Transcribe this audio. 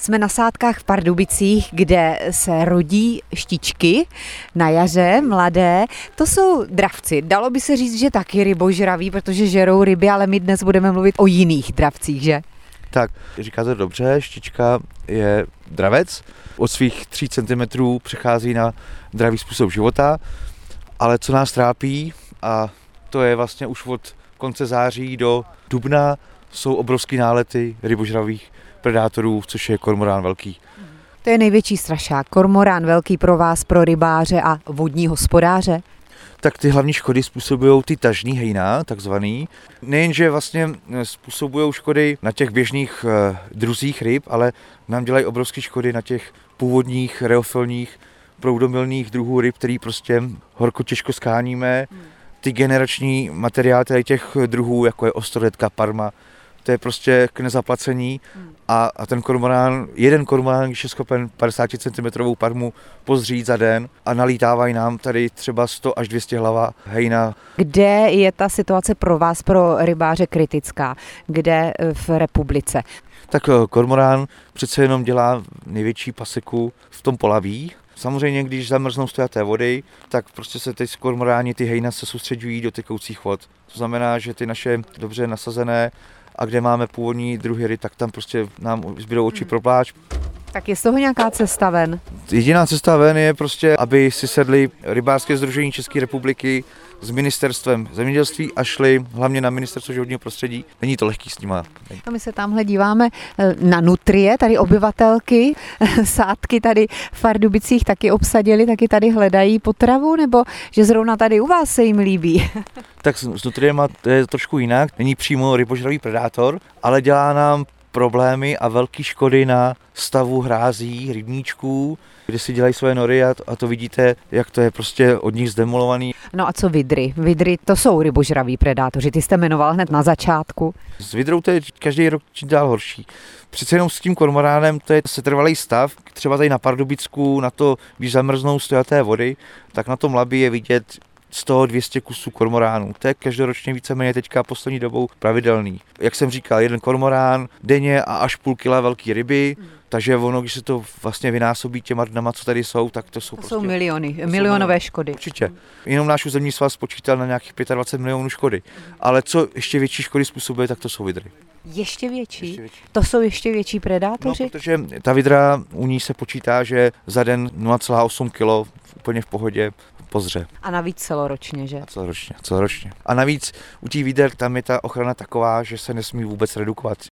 Jsme na Sádkách v Pardubicích, kde se rodí štičky na jaře, mladé. To jsou dravci. Dalo by se říct, že taky rybožraví, protože žerou ryby, ale my dnes budeme mluvit o jiných dravcích, že? Tak, říkáte dobře, štička je dravec. Od svých 3 cm přechází na dravý způsob života, ale co nás trápí, a to je vlastně už od konce září do dubna, jsou obrovský nálety rybožravých predátorů, což je kormorán velký. To je největší strašák. Kormorán velký pro vás, pro rybáře a vodní hospodáře? Tak ty hlavní škody způsobují ty tažní hejna, takzvaný. Nejenže vlastně způsobují škody na těch běžných druzích ryb, ale nám dělají obrovské škody na těch původních reofilních proudomilných druhů ryb, který prostě horko těžko skáníme. Ty generační materiály těch druhů, jako je ostrodetka, parma, to je prostě k nezaplacení a ten kormorán, jeden kormorán, když je schopen 50 cm parmu pozřít za den a nalítávají nám tady třeba 100 až 200 hlava hejna. Kde je ta situace pro vás, pro rybáře, kritická? Kde v republice? Tak kormorán přece jenom dělá největší paseku v tom Polaví. Samozřejmě, když zamrznou stojaté vody, tak prostě se ty kormoráni, ty hejna se soustředují do tekoucích vod. To znamená, že ty naše dobře nasazené a kde máme původní druhy ryb, tak tam prostě nám zbydou oči pro pláč. Tak je z toho nějaká cesta ven? Jediná cesta ven je prostě, aby si sedli rybářské sdružení České republiky s ministerstvem zemědělství a šli hlavně na ministerstvo životního prostředí. Není to lehký s nima. A my se tamhle díváme na nutrie, tady obyvatelky, Sádky tady v Pardubicích taky obsadili, taky tady hledají potravu, nebo že zrovna tady u vás se jim líbí? Tak s nutriema to je trošku jinak. Není přímo rybožravý predátor, ale dělá nám problémy a velké škody na stavu hrází, rybníčků, kde si dělají své nory a to vidíte, jak to je prostě od nich zdemolovaný. No a co vidry? Vidry to jsou rybožraví predátoři, ty jste jmenoval hned na začátku. S vidrou to je každý rok čím dál horší. Přece jenom s tím kormoránem to je setrvalý stav, třeba tady na Pardubicku, na to, když zamrznou stojaté vody, tak na tom Labi je vidět 100-200 kusů kormoránů. To je každoročně víceméně teďka poslední dobou pravidelný. Jak jsem říkal, jeden kormorán denně a až půl kila velký ryby, takže ono, když se to vlastně vynásobí těma dnama, co tady jsou, tak to jsou To prostě... jsou milionové škody. Určitě. Jenom náš územní svaz spočítal na nějakých 25 milionů škody. Ale co ještě větší škody způsobuje, tak to jsou vidry. Ještě větší? To jsou ještě větší predátoři? No, protože ta vidra, u ní se počítá, že za den 0,8 kg úplně v pohodě pozře. A navíc celoročně, že? A celoročně. A navíc u těch vider tam je ta ochrana taková, že se nesmí vůbec redukovat.